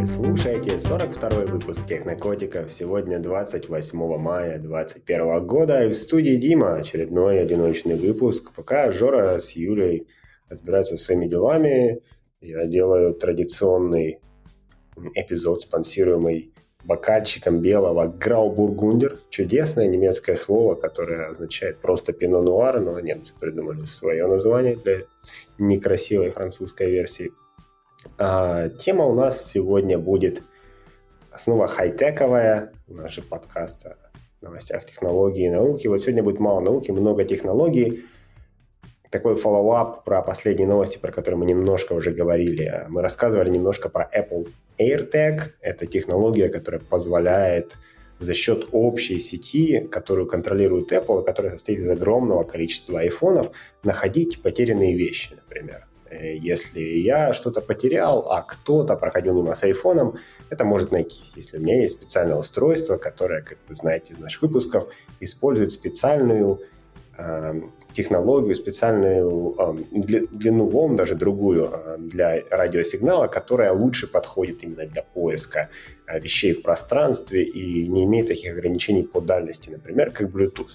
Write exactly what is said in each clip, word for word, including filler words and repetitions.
Вы слушаете сорок второй выпуск Технокотиков. Сегодня двадцать восьмого мая две тысячи двадцать первого года. И в студии Дима. Очередной одиночный выпуск. Пока Жора с Юлей разбираются со своими делами, я делаю традиционный эпизод, спонсируемый бокальчиком белого Граубургундер. Чудесное немецкое слово, которое означает просто пино-нуар, но немцы придумали свое название для некрасивой французской версии. А, тема у нас сегодня будет снова хай-тековая. Наш подкаст о новостях технологий и науки. Вот сегодня будет мало науки, много технологий. Такой фоллоуап про последние новости, про которые мы немножко уже говорили. Мы рассказывали немножко про Apple AirTag. Это технология, которая позволяет за счет общей сети, которую контролирует Apple, которая состоит из огромного количества айфонов, находить потерянные вещи, например. Если я что-то потерял, а кто-то проходил мимо с айфоном, это может найтись. Если у меня есть специальное устройство, которое, как вы знаете из наших выпусков, использует специальную э, технологию, специальную э, длину волн, даже другую, э, для радиосигнала, которая лучше подходит именно для поиска э, вещей в пространстве и не имеет таких ограничений по дальности, например, как Bluetooth.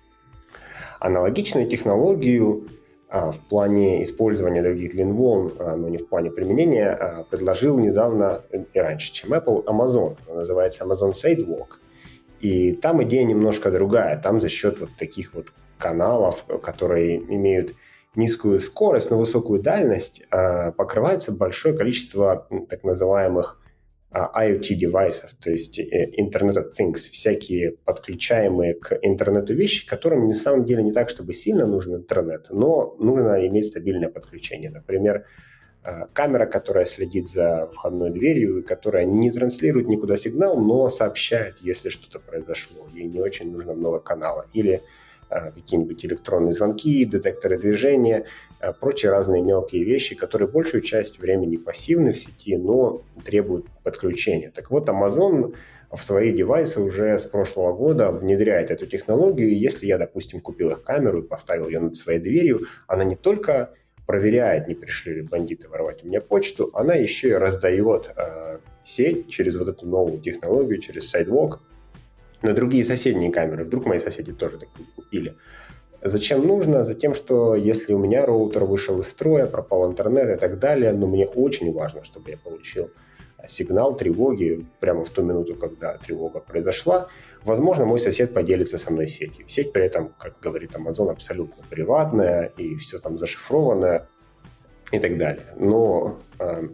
Аналогичную технологию в плане использования других длин волн, но не в плане применения, предложил недавно и раньше, чем Apple, Amazon. Он называется Amazon Sidewalk. И там идея немножко другая. Там за счет вот таких вот каналов, которые имеют низкую скорость, но высокую дальность, покрывается большое количество так называемых IoT-девайсов, то есть Internet of Things, всякие подключаемые к интернету вещи, которым на самом деле не так, чтобы сильно нужен интернет, но нужно иметь стабильное подключение. Например, камера, которая следит за входной дверью, которая не транслирует никуда сигнал, но сообщает, если что-то произошло, ей не очень нужно много канала. Или какие-нибудь электронные звонки, детекторы движения, прочие разные мелкие вещи, которые большую часть времени пассивны в сети, но требуют подключения. Так вот, Amazon в свои девайсы уже с прошлого года внедряет эту технологию, и если я, допустим, купил их камеру и поставил ее над своей дверью, она не только проверяет, не пришли ли бандиты воровать у меня почту, она еще и раздает э, сеть через вот эту новую технологию, через Sidewalk, на другие соседние камеры. Вдруг мои соседи тоже такие купили. Зачем нужно? Затем, что если у меня роутер вышел из строя, пропал интернет и так далее, но мне очень важно, чтобы я получил сигнал тревоги прямо в ту минуту, когда тревога произошла. Возможно, мой сосед поделится со мной сетью. Сеть при этом, как говорит Amazon, абсолютно приватная, и все там зашифрованное и так далее. Но э,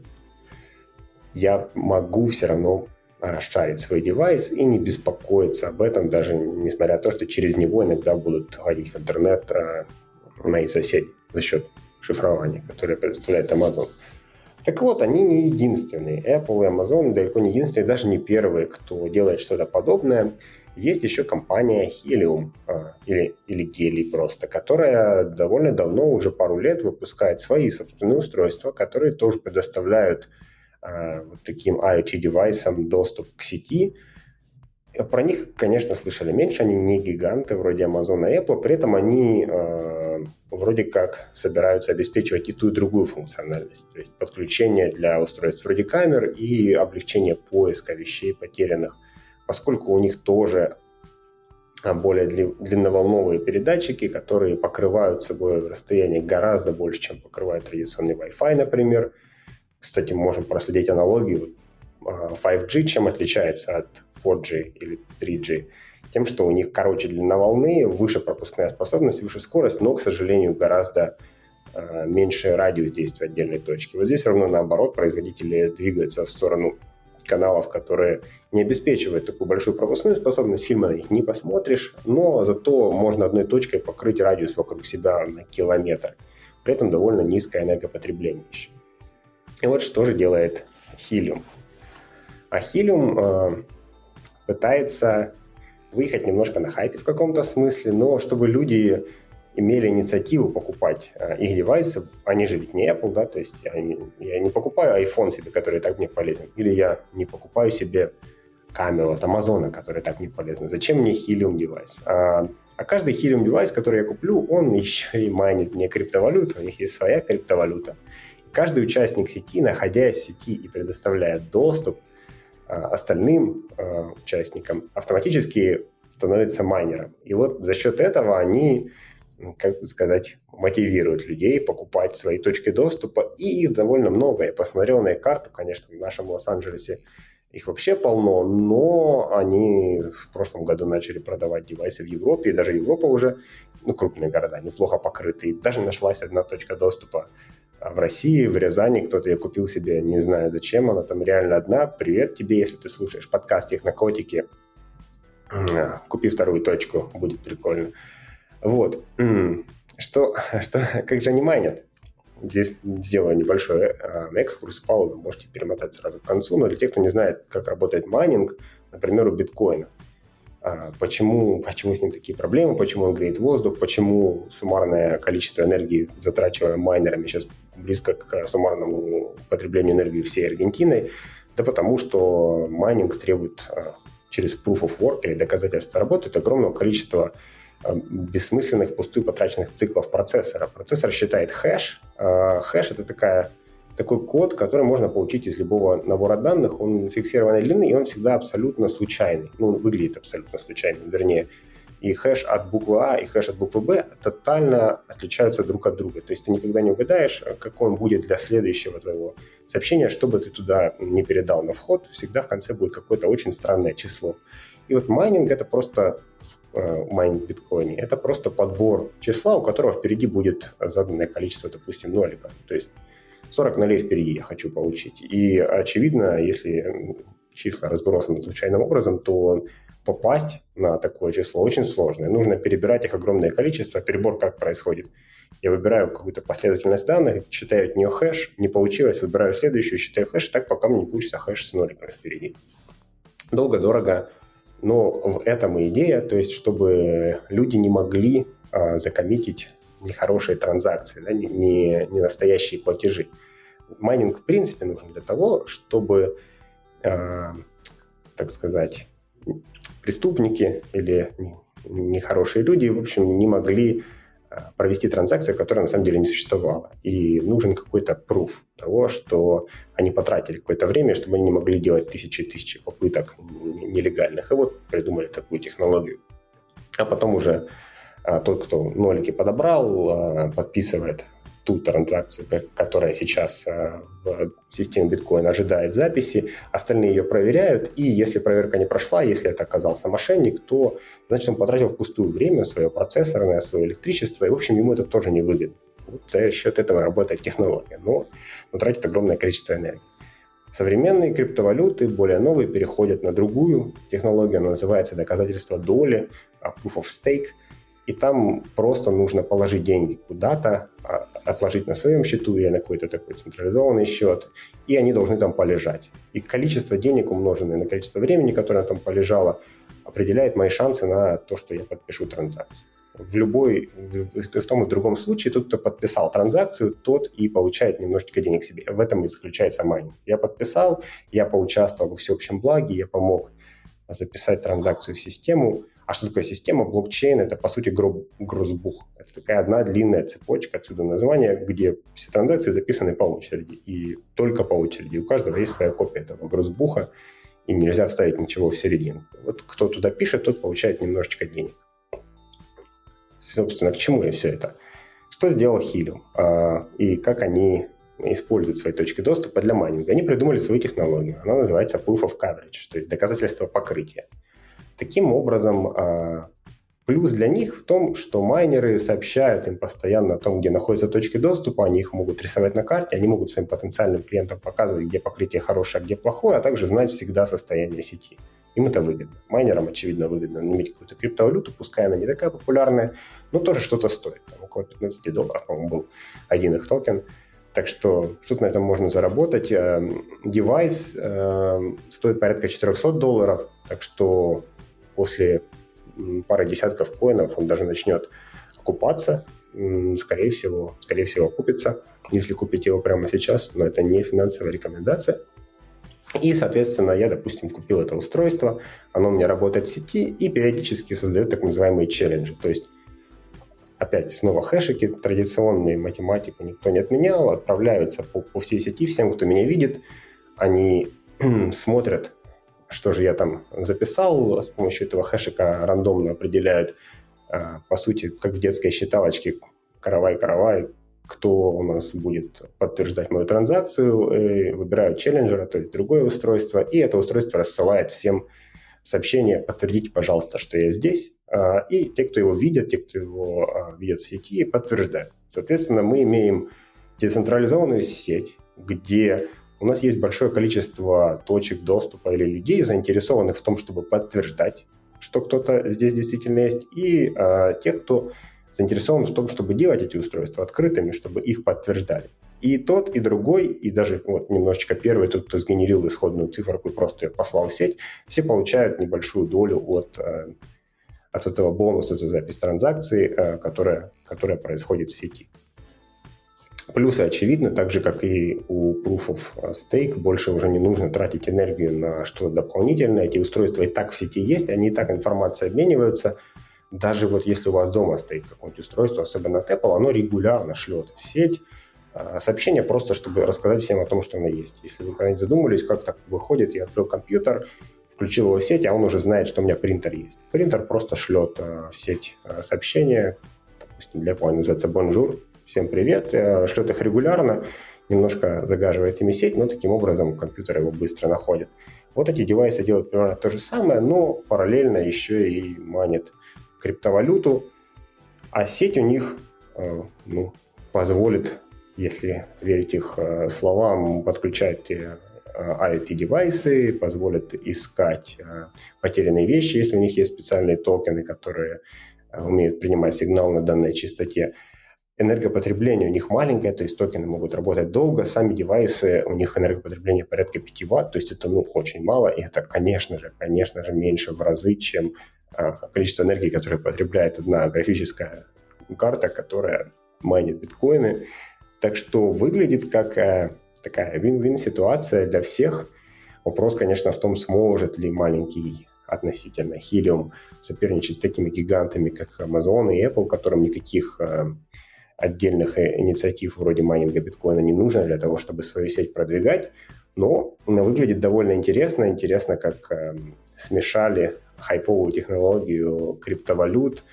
я могу все равно расшарить свой девайс и не беспокоиться об этом, даже несмотря на то, что через него иногда будут ходить в интернет э, мои соседи за счет шифрования, которое предоставляет Amazon. Так вот, они не единственные. Apple и Amazon далеко не единственные, даже не первые, кто делает что-то подобное. Есть еще компания Helium, э, или, или Heli просто, которая довольно давно, уже пару лет, выпускает свои собственные устройства, которые тоже предоставляют вот таким IoT-девайсам доступ к сети. Про них, конечно, слышали меньше, они не гиганты вроде Amazon и Apple, при этом они э, вроде как собираются обеспечивать и ту, и другую функциональность, то есть подключение для устройств вроде камер и облегчение поиска вещей потерянных, поскольку у них тоже более длинноволновые передатчики, которые покрывают собой расстояние гораздо больше, чем покрывает традиционный Wi-Fi, например. Кстати, мы можем проследить аналогию. пять джи чем отличается от четыре джи или три джи? Тем, что у них короче длина волны, выше пропускная способность, выше скорость, но, к сожалению, гораздо э, меньше радиус действия отдельной точки. Вот здесь ровно наоборот, производители двигаются в сторону каналов, которые не обеспечивают такую большую пропускную способность, фильмы на них не посмотришь, но зато можно одной точкой покрыть радиус вокруг себя на километр. При этом довольно низкое энергопотребление еще. И вот что же делает Helium. А Helium э, пытается выехать немножко на хайпе в каком-то смысле, но чтобы люди имели инициативу покупать э, их девайсы, они же ведь не Apple, да, то есть я не, я не покупаю iPhone себе, который так мне полезен, или я не покупаю себе камеру от Amazon, которая так мне полезна. Зачем мне Helium девайс? А, а каждый Helium девайс, который я куплю, он еще и майнит мне криптовалюту, у них есть своя криптовалюта. каждый участник сети, находясь в сети и предоставляя доступ остальным участникам, автоматически становится майнером. И вот за счет этого они, как сказать, мотивируют людей покупать свои точки доступа, и их довольно много. Я посмотрел на их карту, конечно, в нашем Лос-Анджелесе их вообще полно, но они в прошлом году начали продавать девайсы в Европе, и даже Европа уже, ну, крупные города, неплохо покрыты. И даже нашлась одна точка доступа в России, в Рязани, кто-то ее купил себе, не знаю зачем, она там реально одна. Привет тебе, если ты слушаешь подкаст «Технокотики». Купи вторую точку, будет прикольно. Вот. Что, что, как же они майнят? Здесь сделаю небольшой э, экскурс, Павел, можете перемотать сразу к концу, но для тех, кто не знает, как работает майнинг, например, у биткоина, э, почему, почему с ним такие проблемы, почему он греет воздух, почему суммарное количество энергии, затрачиваемое майнерами, сейчас близко к суммарному потреблению энергии всей Аргентины, да потому что майнинг требует э, через proof of work или доказательства работы огромного количества бессмысленных, впустую потраченных циклов процессора. Процессор считает хэш. Хэш — это такая, такой код, который можно получить из любого набора данных. Он фиксированной длины, и он всегда абсолютно случайный. Ну, он выглядит абсолютно случайным, вернее. И хэш от буквы А и хэш от буквы Б тотально отличаются друг от друга. То есть ты никогда не угадаешь, какой он будет для следующего твоего сообщения, что бы ты туда не передал на вход, всегда в конце будет какое-то очень странное число. И вот майнинг — это просто майнинг в биткоине, это просто подбор числа, у которого впереди будет заданное количество, допустим, ноликов. То есть сорок нолей впереди я хочу получить. И очевидно, если числа разбросаны случайным образом, то попасть на такое число очень сложно. Нужно перебирать их огромное количество. Перебор как происходит? Я выбираю какую-то последовательность данных, считаю от нее хэш, не получилось, выбираю следующую, считаю хэш, так пока мне не получится хэш с ноликами впереди. Долго, дорого. Но в этом и идея, то есть чтобы люди не могли а, закоммитить нехорошие транзакции, да, не, не настоящие платежи. Майнинг в принципе нужен для того, чтобы, а, так сказать, преступники или нехорошие люди, в общем, не могли провести транзакцию, которая на самом деле не существовала. И нужен какой-то пруф того, что они потратили какое-то время, чтобы они не могли делать тысячи и тысячи попыток нелегальных. И вот придумали такую технологию. А потом уже а, тот, кто нолики подобрал, а, подписывает ту транзакцию, которая сейчас а, в системе биткоина ожидает записи, остальные ее проверяют, и если проверка не прошла, если это оказался мошенник, то, значит, он потратил впустую время, свое процессорное, свое электричество, и, в общем, ему это тоже не выгодно. Вот за счет этого работает технология, но, но тратит огромное количество энергии. Современные криптовалюты, более новые, переходят на другую технологию, она называется доказательство доли, proof of stake. И там просто нужно положить деньги куда-то, отложить на своем счету или на какой-то такой централизованный счет, и они должны там полежать. И количество денег, умноженное на количество времени, которое там полежало, определяет мои шансы на то, что я подпишу транзакцию. В любой, в том и в другом случае, тот, кто подписал транзакцию, тот и получает немножечко денег себе. В этом и заключается майнинг. Я подписал, я поучаствовал во всеобщем благе, я помог записать транзакцию в систему. А что такое система? Блокчейн — это, по сути, гроссбух. Это такая одна длинная цепочка, отсюда название, где все транзакции записаны по очереди. И только по очереди. У каждого есть своя копия этого гроссбуха, и нельзя вставить ничего в серединку. Вот кто туда пишет, тот получает немножечко денег. Собственно, к чему я все это? Что сделал Helium? А, и как они используют свои точки доступа для майнинга? Они придумали свою технологию. Она называется Proof of Coverage, то есть доказательство покрытия. Таким образом, плюс для них в том, что майнеры сообщают им постоянно о том, где находятся точки доступа, они их могут рисовать на карте, они могут своим потенциальным клиентам показывать, где покрытие хорошее, а где плохое, а также знать всегда состояние сети. Им это выгодно. Майнерам, очевидно, выгодно иметь какую-то криптовалюту, пускай она не такая популярная, но тоже что-то стоит. Там около пятнадцать долларов, по-моему, был один их токен. Так что что-то на этом можно заработать. Девайс стоит порядка четыреста долларов, так что после пары десятков коинов он даже начнет окупаться. Скорее всего, скорее всего окупится, если купить его прямо сейчас, но это не финансовая рекомендация. И, соответственно, я, допустим, купил это устройство, оно у меня работает в сети и периодически создает так называемые челленджи. То есть опять снова хэшики традиционные, математику никто не отменял, отправляются по, по всей сети всем, кто меня видит. Они смотрят, что же я там записал, с помощью этого хэшика рандомно определяют, по сути, как в детской считалочке, каравай-каравай, кто у нас будет подтверждать мою транзакцию, выбирают челленджера, то есть другое устройство, и это устройство рассылает всем сообщение: подтвердите, пожалуйста, что я здесь, и те, кто его видят, те, кто его видят в сети, подтверждают. Соответственно, мы имеем децентрализованную сеть, где у нас есть большое количество точек доступа или людей, заинтересованных в том, чтобы подтверждать, что кто-то здесь действительно есть, и а, тех, кто заинтересован в том, чтобы делать эти устройства открытыми, чтобы их подтверждали. И тот, и другой, и даже вот немножечко первый, тот, кто сгенерил исходную циферку и просто ее послал в сеть, все получают небольшую долю от, от этого бонуса за запись транзакции, которая, которая происходит в сети. Плюсы очевидны, так же, как и у Proof of Stake, больше уже не нужно тратить энергию на что-то дополнительное. Эти устройства и так в сети есть, они и так информацией обмениваются. Даже вот если у вас дома стоит какое-нибудь устройство, особенно от Apple, оно регулярно шлет в сеть сообщение просто, чтобы рассказать всем о том, что оно есть. Если вы когда-нибудь задумались, как так выходит, я открыл компьютер, включил его в сеть, а он уже знает, что у меня принтер есть. Принтер просто шлет в сеть сообщения, допустим, для Apple называется «Bonjour», всем привет, шлет их регулярно, немножко загаживает ими сеть, но таким образом компьютер его быстро находит. Вот эти девайсы делают примерно то же самое, но параллельно еще и манит криптовалюту, а сеть у них ну, позволит, если верить их словам, подключать ай о ти-девайсы, позволит искать потерянные вещи, если у них есть специальные токены, которые умеют принимать сигнал на данной частоте. Энергопотребление у них маленькое, то есть токены могут работать долго, сами девайсы, у них энергопотребление порядка пять ватт, то есть это ну, очень мало, и это, конечно же, конечно же, меньше в разы, чем а, количество энергии, которое потребляет одна графическая карта, которая майнит биткоины. Так что выглядит как а, такая win-win ситуация для всех. Вопрос, конечно, в том, сможет ли маленький относительно Helium соперничать с такими гигантами, как Amazon и Apple, которым никаких а, отдельных инициатив вроде майнинга биткоина не нужно для того, чтобы свою сеть продвигать, но она выглядит довольно интересно. Интересно, как э, смешали хайповую технологию криптовалют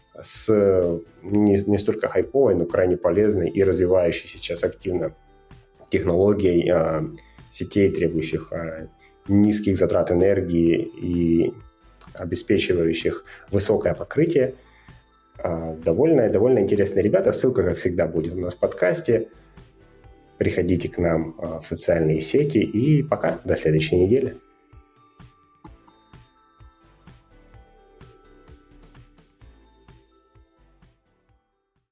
с не, не столько хайповой, но крайне полезной и развивающей сейчас активно технологией э, сетей, требующих э, низких затрат энергии и обеспечивающих высокое покрытие. Довольно, довольно интересные ребята. Ссылка, как всегда, будет у нас в подкасте. Приходите к нам в социальные сети. И пока. До следующей недели.